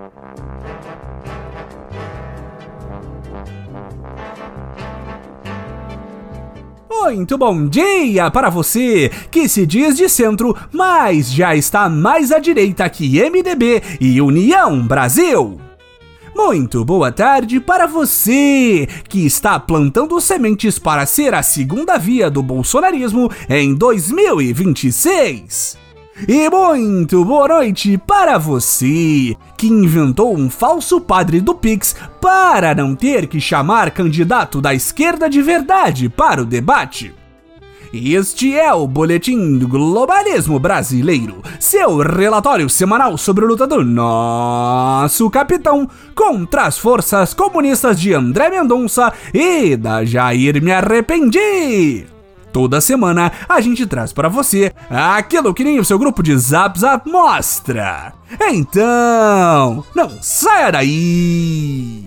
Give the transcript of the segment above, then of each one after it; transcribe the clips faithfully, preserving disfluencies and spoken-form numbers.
Muito bom dia para você que se diz de centro, mas já está mais à direita que M D B e União Brasil. Muito boa tarde para você que está plantando sementes para ser a segunda via do bolsonarismo em dois mil e vinte e seis. E muito boa noite para você que inventou um falso padre do Pix para não ter que chamar candidato da esquerda de verdade para o debate. Este é o Boletim do Globalismo Brasileiro, seu relatório semanal sobre a luta do nosso capitão contra as forças comunistas de André Mendonça e da Jair Me Arrependi. Toda semana a gente traz para você aquilo que nem o seu grupo de Zap Zap mostra. Então, não saia daí!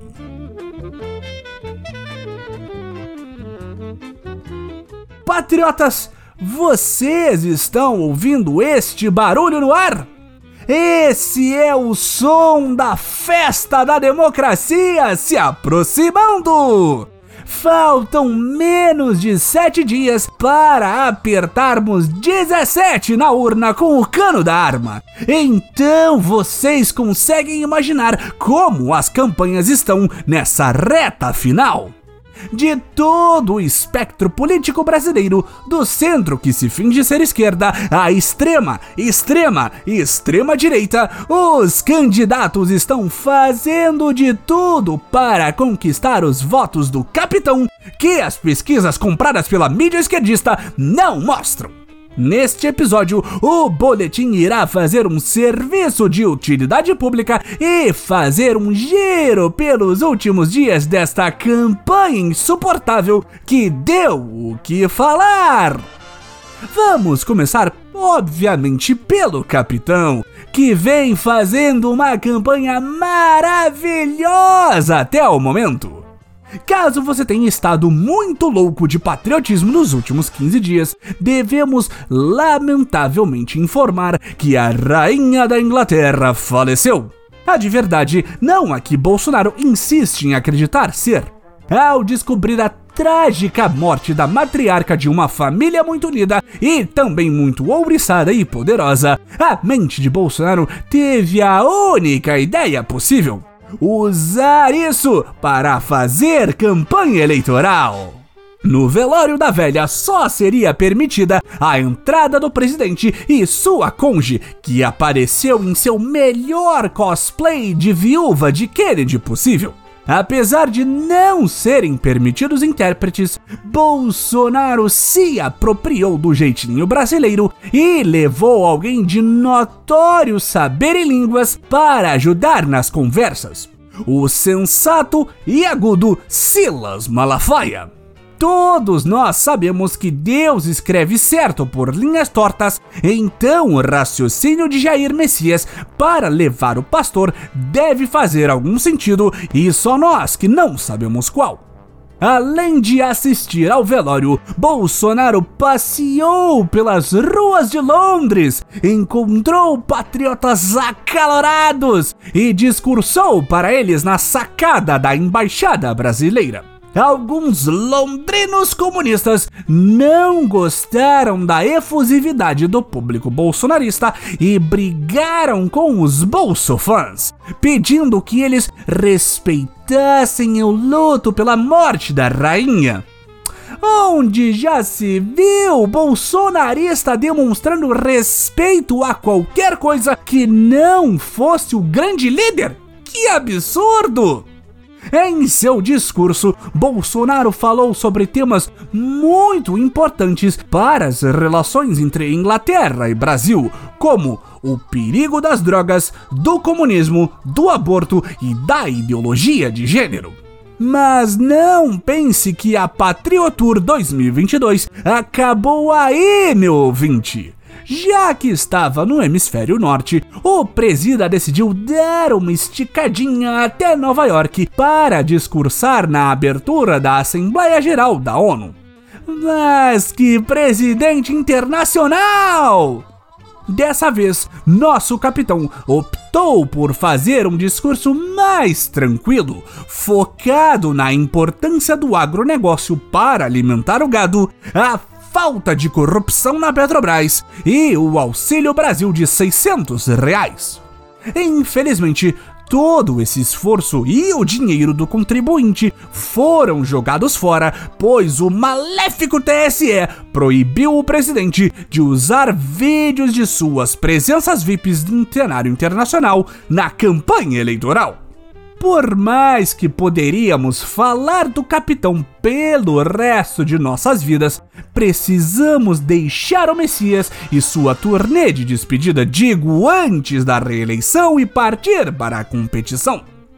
Patriotas, vocês estão ouvindo este barulho no ar? Esse é o som da festa da democracia se aproximando! Faltam menos de sete dias para apertarmos dezessete na urna com o cano da arma. Então vocês conseguem imaginar como as campanhas estão nessa reta final? De todo o espectro político brasileiro, do centro que se finge ser esquerda, à extrema, extrema, extrema direita, os candidatos estão fazendo de tudo para conquistar os votos do capitão que as pesquisas compradas pela mídia esquerdista não mostram. Neste episódio, o boletim irá fazer um serviço de utilidade pública e fazer um giro pelos últimos dias desta campanha insuportável que deu o que falar. Vamos começar, obviamente, pelo capitão, que vem fazendo uma campanha maravilhosa até o momento. Caso você tenha estado muito louco de patriotismo nos últimos quinze dias, devemos lamentavelmente informar que a rainha da Inglaterra faleceu. A de verdade, não a que Bolsonaro insiste em acreditar ser. Ao descobrir a trágica morte da matriarca de uma família muito unida e também muito ouriçada e poderosa, a mente de Bolsonaro teve a única ideia possível: usar isso para fazer campanha eleitoral. No velório da velha só seria permitida a entrada do presidente e sua cônjuge, que apareceu em seu melhor cosplay de viúva de Kennedy possível. Apesar de não serem permitidos intérpretes, Bolsonaro se apropriou do jeitinho brasileiro e levou alguém de notório saber em línguas para ajudar nas conversas: o sensato e agudo Silas Malafaia. Todos nós sabemos que Deus escreve certo por linhas tortas, então o raciocínio de Jair Messias para levar o pastor deve fazer algum sentido e só nós que não sabemos qual. Além de assistir ao velório, Bolsonaro passeou pelas ruas de Londres, encontrou patriotas acalorados e discursou para eles na sacada da embaixada brasileira. Alguns londrinos comunistas não gostaram da efusividade do público bolsonarista e brigaram com os bolsofãs, pedindo que eles respeitassem o luto pela morte da rainha. Onde já se viu bolsonarista demonstrando respeito a qualquer coisa que não fosse o grande líder? Que absurdo! Em seu discurso, Bolsonaro falou sobre temas muito importantes para as relações entre Inglaterra e Brasil, como o perigo das drogas, do comunismo, do aborto e da ideologia de gênero. Mas não pense que a Patriotour dois mil e vinte e dois acabou aí, meu ouvinte. Já que estava no hemisfério norte, o presida decidiu dar uma esticadinha até Nova York para discursar na abertura da Assembleia Geral da ONU. Mas que presidente internacional! Dessa vez, nosso capitão optou por fazer um discurso mais tranquilo, focado na importância do agronegócio para alimentar o gado, a falta de corrupção na Petrobras e o Auxílio Brasil de seiscentos reais. Infelizmente, todo esse esforço e o dinheiro do contribuinte foram jogados fora, pois o maléfico T S E proibiu o presidente de usar vídeos de suas presenças V I Ps no cenário internacional na campanha eleitoral. Por mais que poderíamos falar do capitão pelo resto de nossas vidas, precisamos deixar o Messias e sua turnê de despedida, digo, antes da reeleição e partir para a competição.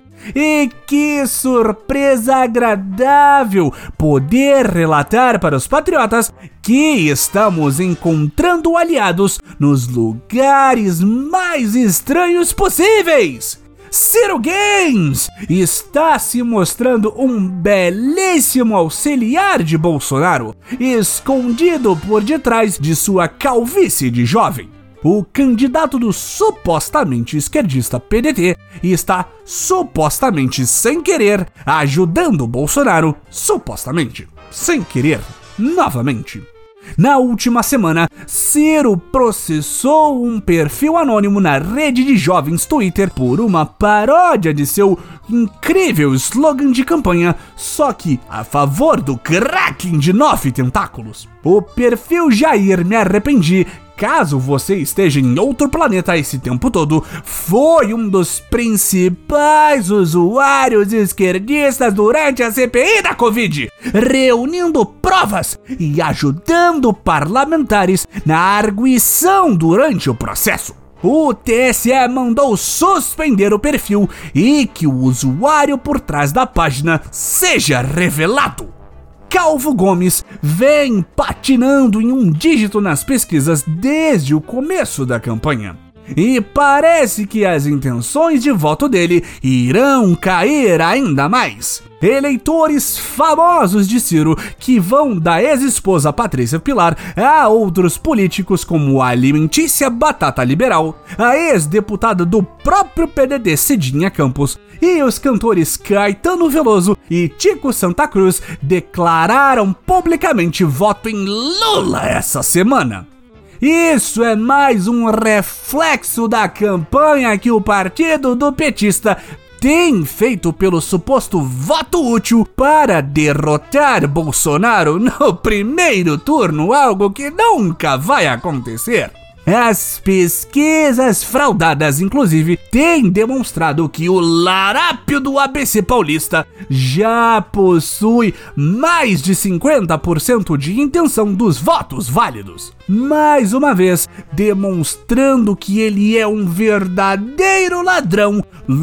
E que surpresa agradável poder relatar para os patriotas que estamos encontrando aliados nos lugares mais estranhos possíveis. Ciro Games está se mostrando um belíssimo auxiliar de Bolsonaro, escondido por detrás de sua calvície de jovem. O candidato do supostamente esquerdista P D T está supostamente sem querer ajudando Bolsonaro, supostamente sem querer, novamente. Na última semana, Ciro processou um perfil anônimo na rede de jovens Twitter por uma paródia de seu incrível slogan de campanha, só que a favor do Kraken de nove tentáculos. O perfil Jair Me Arrependi, caso você esteja em outro planeta esse tempo todo, foi um dos principais usuários esquerdistas durante a C P I da Covid, reunindo provas e ajudando parlamentares na arguição durante o processo. O T S E mandou suspender o perfil e que o usuário por trás da página seja revelado. Calvo Gomes vem patinando em um dígito nas pesquisas desde o começo da campanha. E parece que as intenções de voto dele irão cair ainda mais. Eleitores famosos de Ciro, que vão da ex-esposa Patrícia Pilar a outros políticos como a alimentícia Batata Liberal, a ex-deputada do próprio P D D Cidinha Campos e os cantores Caetano Veloso e Tico Santa Cruz declararam publicamente voto em Lula essa semana. Isso é mais um reflexo da campanha que o partido do petista tem feito pelo suposto voto útil para derrotar Bolsonaro no primeiro turno, algo que nunca vai acontecer. As pesquisas fraudadas, inclusive, têm demonstrado que o larápio do A B C paulista já possui mais de cinquenta por cento de intenção dos votos válidos. Mais uma vez, demonstrando que ele é um verdadeiro ladrão,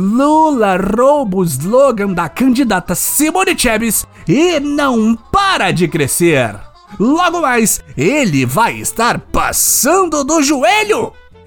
Lula rouba o slogan da candidata Simone Tebet e não para de crescer. Logo mais, ele vai estar passando do joelho.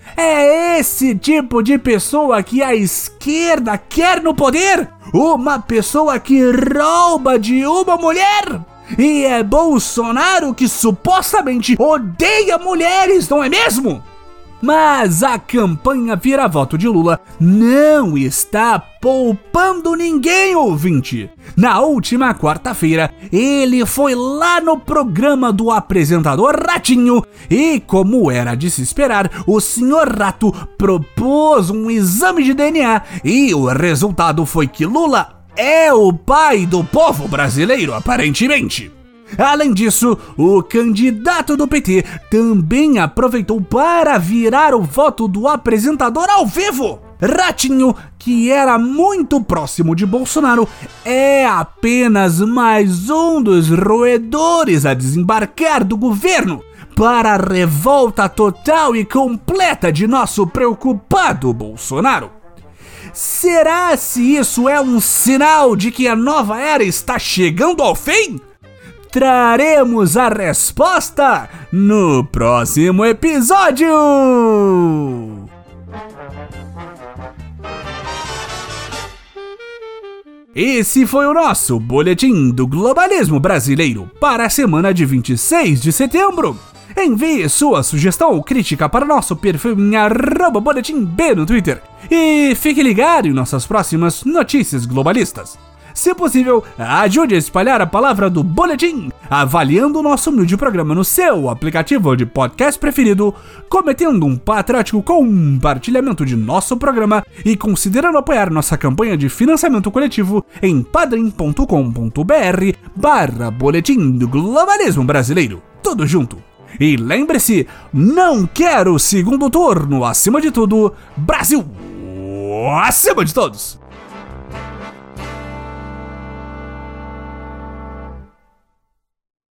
É esse tipo de pessoa que a esquerda quer no poder? Uma pessoa que rouba de uma mulher? E é Bolsonaro que supostamente odeia mulheres, não é mesmo? Mas a campanha vira-voto de Lula não está poupando ninguém, ouvinte. Na última quarta-feira, ele foi lá no programa do apresentador Ratinho e, como era de se esperar, o senhor Rato propôs um exame de D N A e o resultado foi que Lula é o pai do povo brasileiro, aparentemente. Além disso, o candidato do P T também aproveitou para virar o voto do apresentador ao vivo. Ratinho, que era muito próximo de Bolsonaro, é apenas mais um dos roedores a desembarcar do governo para a revolta total e completa de nosso preocupado Bolsonaro. Será se isso é um sinal de que a nova era está chegando ao fim? Traremos a resposta no próximo episódio! Esse foi o nosso Boletim do Globalismo Brasileiro para a semana de vinte e seis de setembro. Envie sua sugestão ou crítica para o nosso perfil em arroba boletim B no Twitter. E fique ligado em nossas próximas notícias globalistas. Se possível, ajude a espalhar a palavra do Boletim, avaliando o nosso humilde programa no seu aplicativo de podcast preferido, cometendo um patriótico compartilhamento de nosso programa e considerando apoiar nossa campanha de financiamento coletivo em padrim.com.br barra Boletim do Globalismo Brasileiro. Tudo junto. E lembre-se, não quero o segundo turno, acima de tudo, Brasil acima de todos!